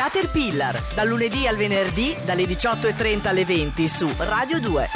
Caterpillar, dal lunedì al venerdì dalle 18:30 alle 20 su Radio 2.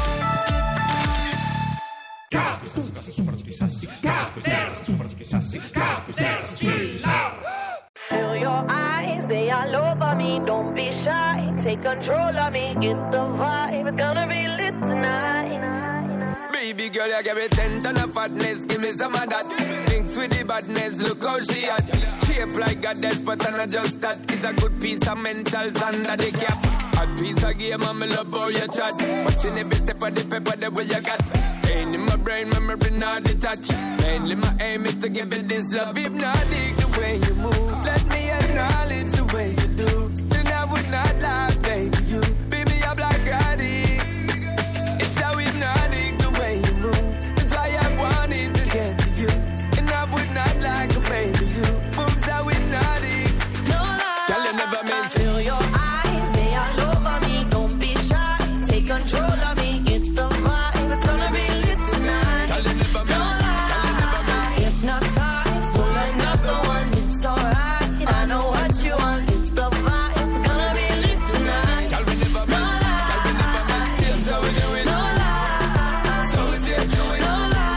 Feel your eyes, they all over me. Don't be shy, take control of me. Get the vibe, it's gonna be lit tonight. Baby girl, you give me 10 ton of fatness. Give me some of that. Thinks with the badness, look how she at. Shape like a death, but I'm not just that. It's a good piece of mentals under the cap. A piece of game, I'm love how you chat. Watching every step of the paper, the way you got. Staying in my brain, memory not detached. Mainly my aim is to give it this love. Hypnotic the way you move. Let me acknowledge the way you do. Then I would not lie, baby. You beat me up like I did. It's how hypnotic the way you move. That's why I wanted to get to you. And I would not like a baby. You moves how hypnotic. No lie, Girl, you never meant to. feel your eyes, they all over me. Don't be shy, take control of me. Get the vibe, it's gonna be lit tonight. Girl, you never No meant. lie, hypnotized, pull another one, it's alright. I know what you want, get the vibe, it's gonna be lit tonight. Girl, we never No meant. Girl, we never meant. Seems how we do it. No lie, So we say do it. no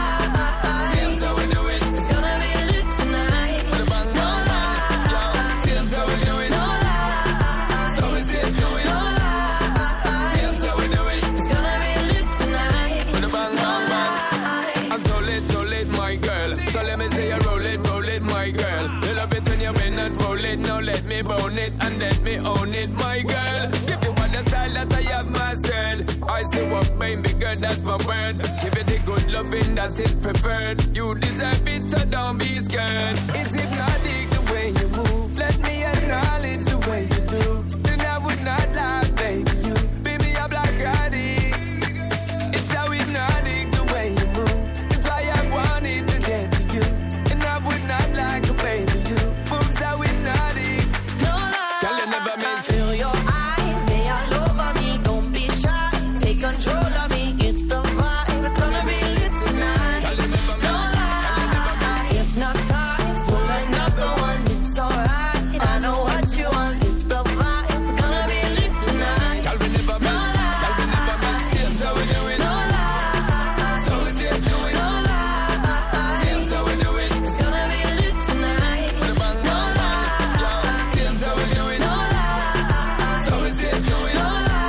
lie, Seems how we do it. it's gonna be lit tonight. With a bang, No bang, bang. lie, Seems how we do it. no lie, So we say do it. no lie, Seems how we do it. it's gonna be lit tonight. With a bang, bang, bang. I'm so lit, my girl. So let me say you roll it, my girl. You love it when you win and roll it. Now let me bone it and let me own it, my girl. Give you all the style that I have myself. I say what baby girl, that's my word. Give you the good loving that is preferred. You deserve it, so don't be scared. It's hypnotic the way you move. Let me acknowledge the way you do. Then I would not lie, baby. You beat me up like I did. It's how hypnotic the way you move. That's why I wanted to get to you. And I would not like a baby. You moves how hypnotic. No lie, Girl, you never meant to. feel your eyes, they all over me. Don't be shy, take control of me. Get the vibe, it's gonna be lit tonight. Girl, you never No meant. lie, hypnotized, pull another one, it's alright. I know what you want, get the vibe, it's gonna be lit tonight. Girl, we never No meant. Girl, we never meant. Seems how we do it. No lie, So we say do it. no lie, Seems how we do it. it's gonna be lit tonight. With a bang, No bang, bang. lie, Seems how we do it. no lie, So we say do it. no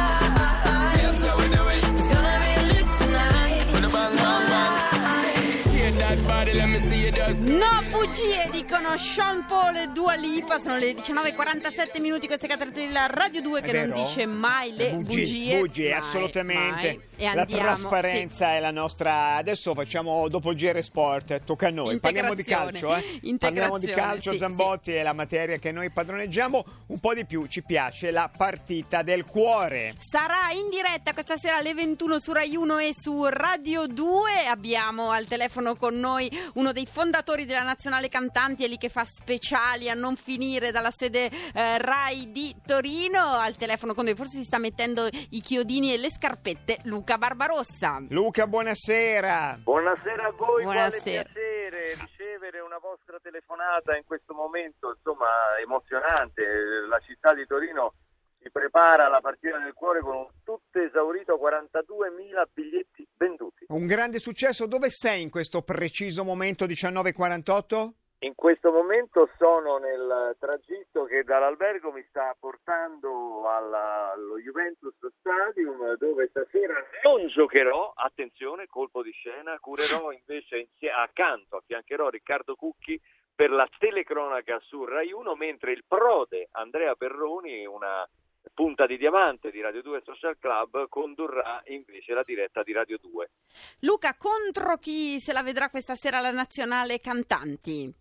lie, Seems how we do it. it's gonna be lit tonight. With a bang, bang, bang. Get that body, let me see you just. No bugie, dicono Sean Paul e Dua Lipa. Sono le 19:47 minuti. Questa è Caterpillar Radio 2 che È non vero? dice mai le bugie. Bugie, Mai, assolutamente. mai. E La andiamo, trasparenza è la nostra. Adesso facciamo dopo il GR Sport, tocca a noi. Parliamo di calcio, Parliamo di calcio, sì, Zambotti è la materia che noi padroneggiamo. Un po' di più ci piace la partita del cuore. Sarà in diretta questa sera alle 21 su Rai 1 e su Radio 2. Abbiamo al telefono con noi uno dei fondatori della Nazionale Cantanti, è lì che fa speciali a non finire dalla sede Rai di Torino. Al telefono con noi, forse si sta mettendo i chiodini e le scarpette, Luca Barbarossa. Luca, buonasera. Buonasera a voi, Buonasera. quale piacere ricevere una vostra telefonata in questo momento, insomma, emozionante. La città di Torino si prepara alla partita del cuore con un tutto esaurito, 42.000 biglietti venduti. Un grande successo. Dove sei in questo preciso momento, 19:48? In questo momento sono nel tragitto che dall'albergo mi sta portando allo Juventus Stadium, dove stasera non giocherò, attenzione, colpo di scena, curerò invece affiancherò Riccardo Cucchi per la telecronaca su Rai 1, mentre il prode Andrea Perroni, una punta di diamante di Radio 2 Social Club, condurrà invece la diretta di Radio 2. Luca, contro chi se la vedrà questa sera la Nazionale Cantanti?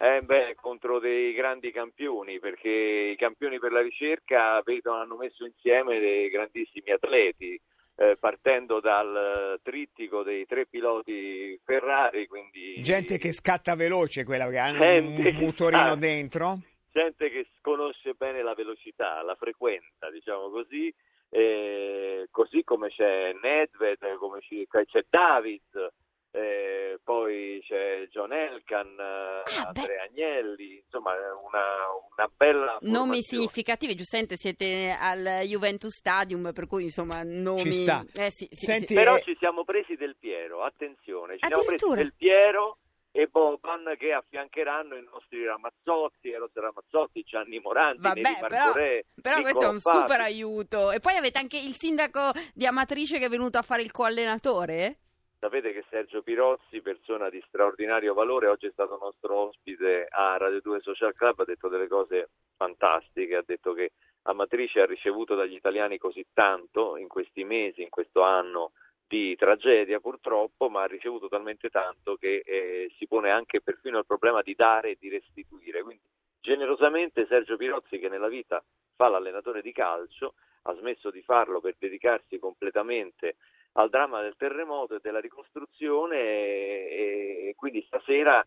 Contro dei grandi campioni, perché i campioni per la ricerca hanno messo insieme dei grandissimi atleti, partendo dal trittico dei 3 piloti Ferrari, quindi Gente che scatta veloce, quella che ha Gente un che motorino scatta. dentro. gente che conosce bene la velocità, la frequenta, diciamo così, così come c'è Nedved, come c'è David, poi c'è John Elkann, Andrea Agnelli, insomma una bella nomi significativi. Giustamente siete al Juventus Stadium, per cui insomma nomi ci sta. Sì. Però ci siamo presi Del Piero, attenzione, ci siamo presi Del Piero e Boban, che affiancheranno i nostri Ramazzotti, Eros Ramazzotti, Gianni Morandi, Neri Marcorè, però questo è un super aiuto. E poi avete anche il sindaco di Amatrice che è venuto a fare il coallenatore. Sapete che Sergio Pirozzi, persona di straordinario valore, oggi è stato nostro ospite a Radio 2 Social Club, ha detto delle cose fantastiche, ha detto che Amatrice ha ricevuto dagli italiani così tanto in questi mesi, in questo anno di tragedia purtroppo, ma ha ricevuto talmente tanto che si pone anche perfino il problema di dare e di restituire. Quindi generosamente Sergio Pirozzi, che nella vita fa l'allenatore di calcio, ha smesso di farlo per dedicarsi completamente al dramma del terremoto e della ricostruzione e quindi stasera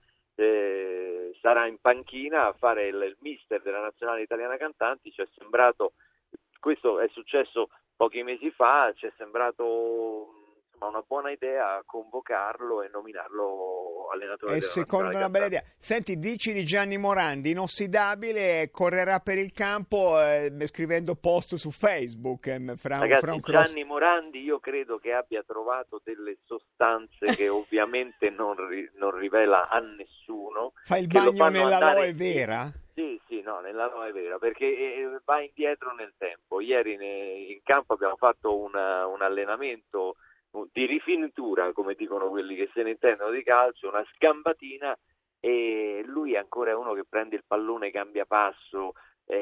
sarà in panchina a fare il mister della Nazionale Italiana Cantanti. Ci è sembrato, questo è successo pochi mesi fa, ci è sembrato una buona idea convocarlo e nominarlo allenatore della secondo me una bella idea. Senti, dici di Gianni Morandi, inossidabile, correrà per il campo scrivendo post su Facebook. Ragazzi, Gianni Morandi io credo che abbia trovato delle sostanze che ovviamente non rivela a nessuno. Fa il bagno nell'aloe vera? Sì, nell'aloe vera, perché va indietro nel tempo. Ieri in campo abbiamo fatto un allenamento di rifinitura, come dicono quelli che se ne intendono di calcio, una sgambatina, e lui è ancora uno che prende il pallone, cambia passo,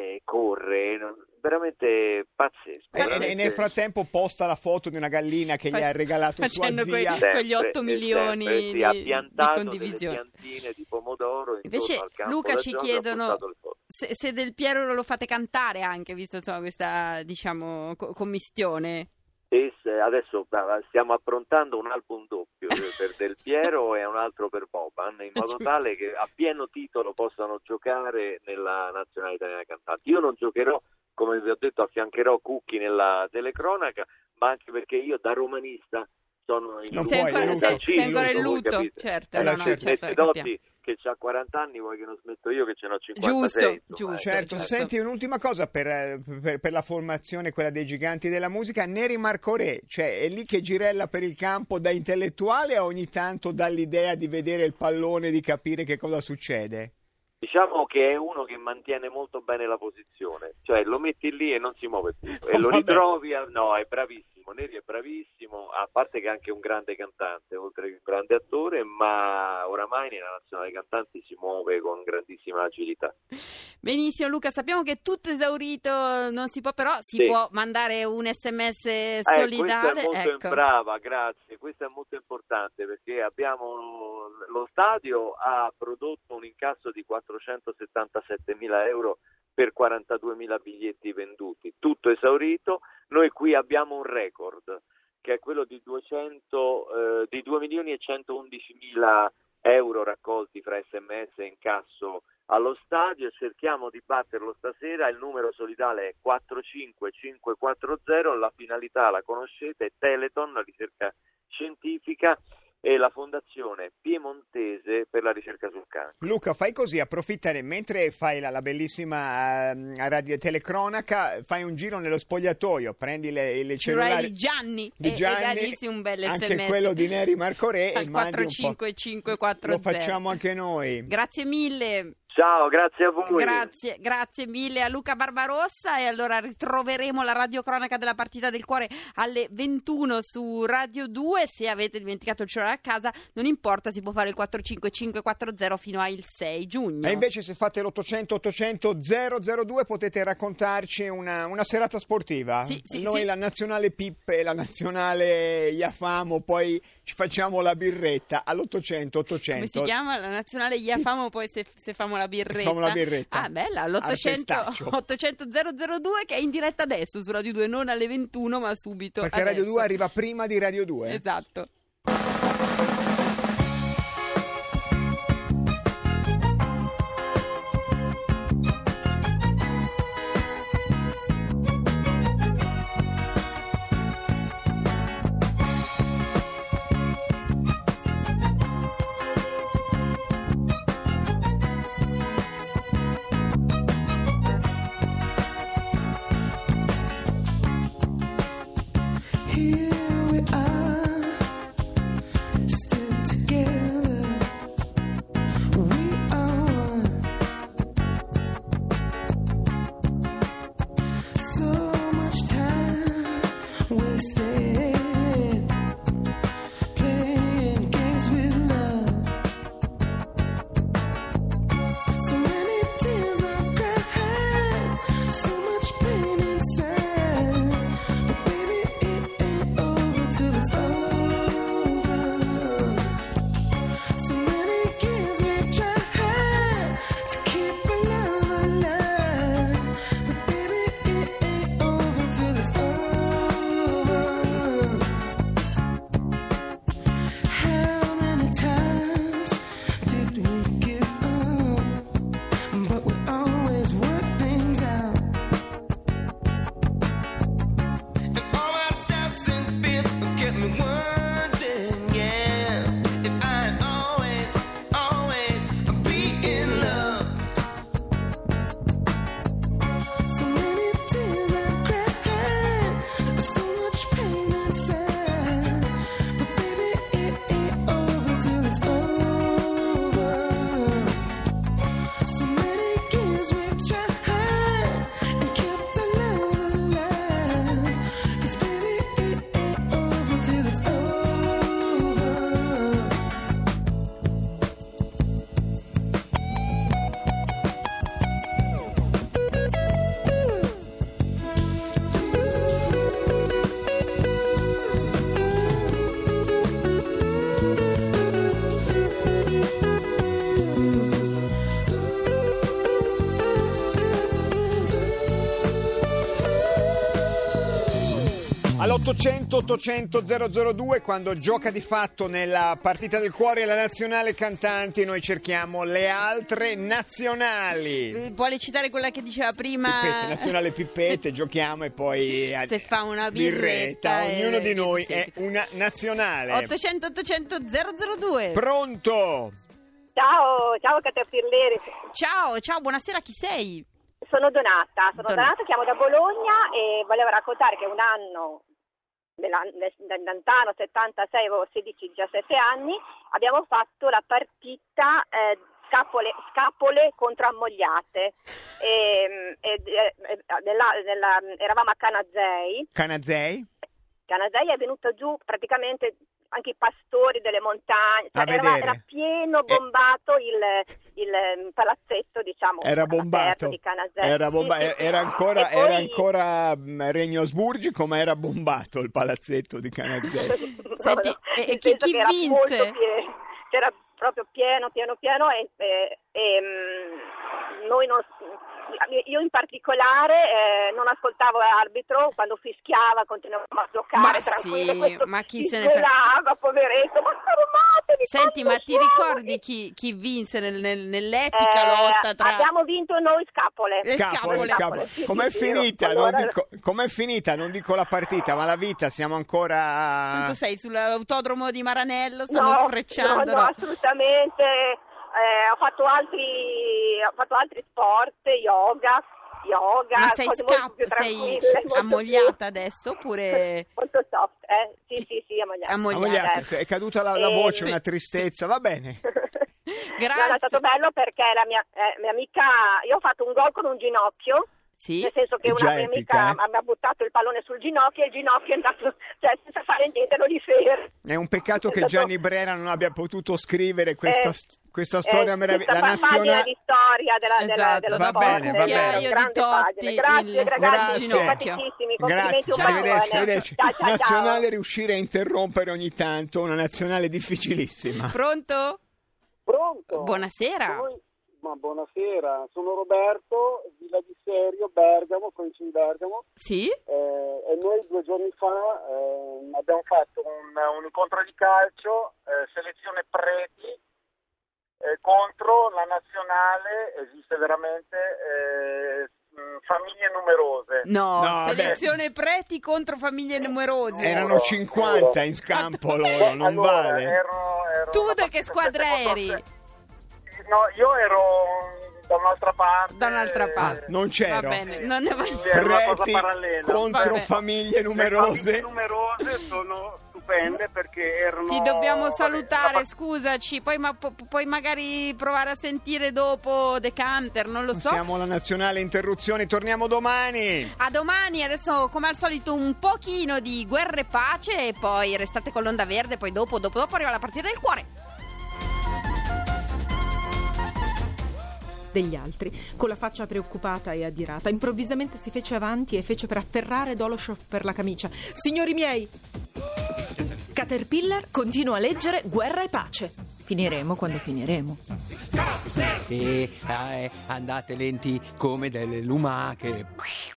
corre, veramente pazzesco. E nel frattempo posta la foto di una gallina che gli ha regalato sua zia. Quegli 8 milioni ha piantato di condivisione. Delle piantine di pomodoro. Invece al campo Luca ci chiedono se Del Piero lo fate cantare anche, visto insomma questa commistione. Adesso stiamo approntando un album doppio per Del Piero e un altro per Boban, in modo tale che a pieno titolo possano giocare nella Nazionale Italiana Cantanti. Io non giocherò, come vi ho detto, affiancherò Cucchi nella telecronaca, ma anche perché io da romanista sono in ancora in lutto, certo. Dotti che c'ha 40 anni, vuoi che non smetto io che ce n'ho 56? Giusto. Certo. Senti, un'ultima cosa per la formazione, quella dei giganti della musica. Neri Marcorè, cioè è lì che girella per il campo da intellettuale o ogni tanto dà l'idea di vedere il pallone, di capire che cosa succede? Diciamo che è uno che mantiene molto bene la posizione, cioè lo metti lì e non si muove più, e lo ritrovi, no, è bravissimo, Neri è bravissimo, a parte che è anche un grande cantante, oltre che un grande attore, ma oramai nella Nazionale Cantanti si muove con grandissima agilità. Benissimo Luca, sappiamo che tutto esaurito non si può, però si può mandare un SMS solidale. Questo è molto brava, grazie, questo è molto importante, perché lo stadio ha prodotto un incasso di 477.000 euro per 42.000 biglietti venduti, tutto esaurito. Noi qui abbiamo un record, che è quello di 2.111.000 euro raccolti fra SMS e incasso allo stadio. Cerchiamo di batterlo stasera. Il numero solidale è 45540, la finalità la conoscete, è Teleton, la ricerca scientifica, e la Fondazione Piemontese per la ricerca sul cancro. Luca, fai così, approfittane mentre fai la bellissima radio telecronaca, fai un giro nello spogliatoio, prendi le cellulari di Gianni e da lì un bel SMS, anche quello di Neri Marcorè, al 45540. Lo facciamo anche noi. Grazie mille. Ciao, grazie a voi. Grazie mille a Luca Barbarossa, e allora ritroveremo la radiocronaca della partita del cuore alle 21 su Radio 2. Se avete dimenticato il cellulare a casa non importa, si può fare il 45540 fino al 6 giugno. E invece se fate l'800 800 002 potete raccontarci una serata sportiva. Noi la nazionale Pippe, la nazionale Iafamo, poi ci facciamo la birretta all'800 800. Come si chiama? La nazionale Iafamo, poi se famo la birretta. Facciamo la birretta. Ah, bella, all'800 800 002, che è in diretta adesso su Radio 2, non alle 21 ma subito. Perché adesso. Radio 2 arriva prima di Radio 2. Esatto. All'800 800 002, quando gioca di fatto nella partita del cuore la nazionale cantanti, noi cerchiamo le altre nazionali. Vuole citare quella che diceva prima? Pippette, nazionale Pippette, giochiamo e poi se fa una birretta ognuno di noi è una nazionale. 800 800 002. Pronto? Ciao Caterpilleri. Ciao, buonasera, chi sei? Sono Donata, chiamo da Bologna e volevo raccontare che un anno, nel lontano 76, avevo 16-17 anni, abbiamo fatto la partita scapole contro ammogliate. Eravamo a Canazei. Canazei È venuto giù praticamente anche i pastori delle montagne, era pieno bombato il palazzetto, diciamo, era bombato di Canazei. Era ancora Regno Asburgico, ma era bombato il palazzetto di Canazei. Senti, e chi vinse? C'era proprio pieno e noi io in particolare non ascoltavo l'arbitro quando fischiava, continuavamo a giocare tranquillo. Ma chi se ne frega? Poveretto, ma fermatevi. Senti, ma ti ricordi chi vinse nell'epica lotta tra... Abbiamo vinto noi Scapole. Com'è finita? Com'è finita? Non dico la partita, ma la vita, siamo ancora... Tu sei sull'autodromo di Maranello, stanno sfrecciando. No, assolutamente. Ho fatto altri sport, yoga. Ma sei ammogliata adesso oppure? Molto soft, sì, ammogliata. È caduta la voce, una tristezza, va bene. Grazie. No, è stato bello perché la mia amica, io ho fatto un gol con un ginocchio. Sì. Nel senso che una mia amica mi ha buttato il pallone sul ginocchio e il ginocchio è andato, senza fare niente, lo rifermo. È un peccato che Gianni Brera non abbia potuto scrivere questa storia meravigliosa. La nazionale di storia dello va sport. Bene. Di Totti, grazie. Grazie, arrivederci. Nazionale riuscire a interrompere ogni tanto una nazionale difficilissima. Pronto? Buonasera. Ma buonasera, sono Roberto, Villa di Serio, Bergamo, provincia di Bergamo. Sì. E noi 2 giorni fa abbiamo fatto un incontro di calcio, selezione preti contro la nazionale, esiste veramente, famiglie numerose. No, selezione preti contro famiglie numerose. Erano 50 in scampo loro, non vale. Ero tu da che squadra eri? No, io ero da un'altra parte. Non c'ero. Va bene, non ne voglio. Preti contro famiglie numerose. Le famiglie numerose sono stupende perché erano... Ti dobbiamo salutare, scusaci. Poi puoi magari provare a sentire dopo Decanter, non lo so. Siamo la nazionale interruzioni, torniamo domani. A domani, adesso come al solito un pochino di guerra e pace e poi restate con l'Onda Verde, poi dopo arriva la partita del cuore. Degli altri, con la faccia preoccupata e adirata, improvvisamente si fece avanti e fece per afferrare Doloshov per la camicia. Signori miei, Caterpillar continua a leggere Guerra e pace. Finiremo quando finiremo. Sì, andate lenti come delle lumache.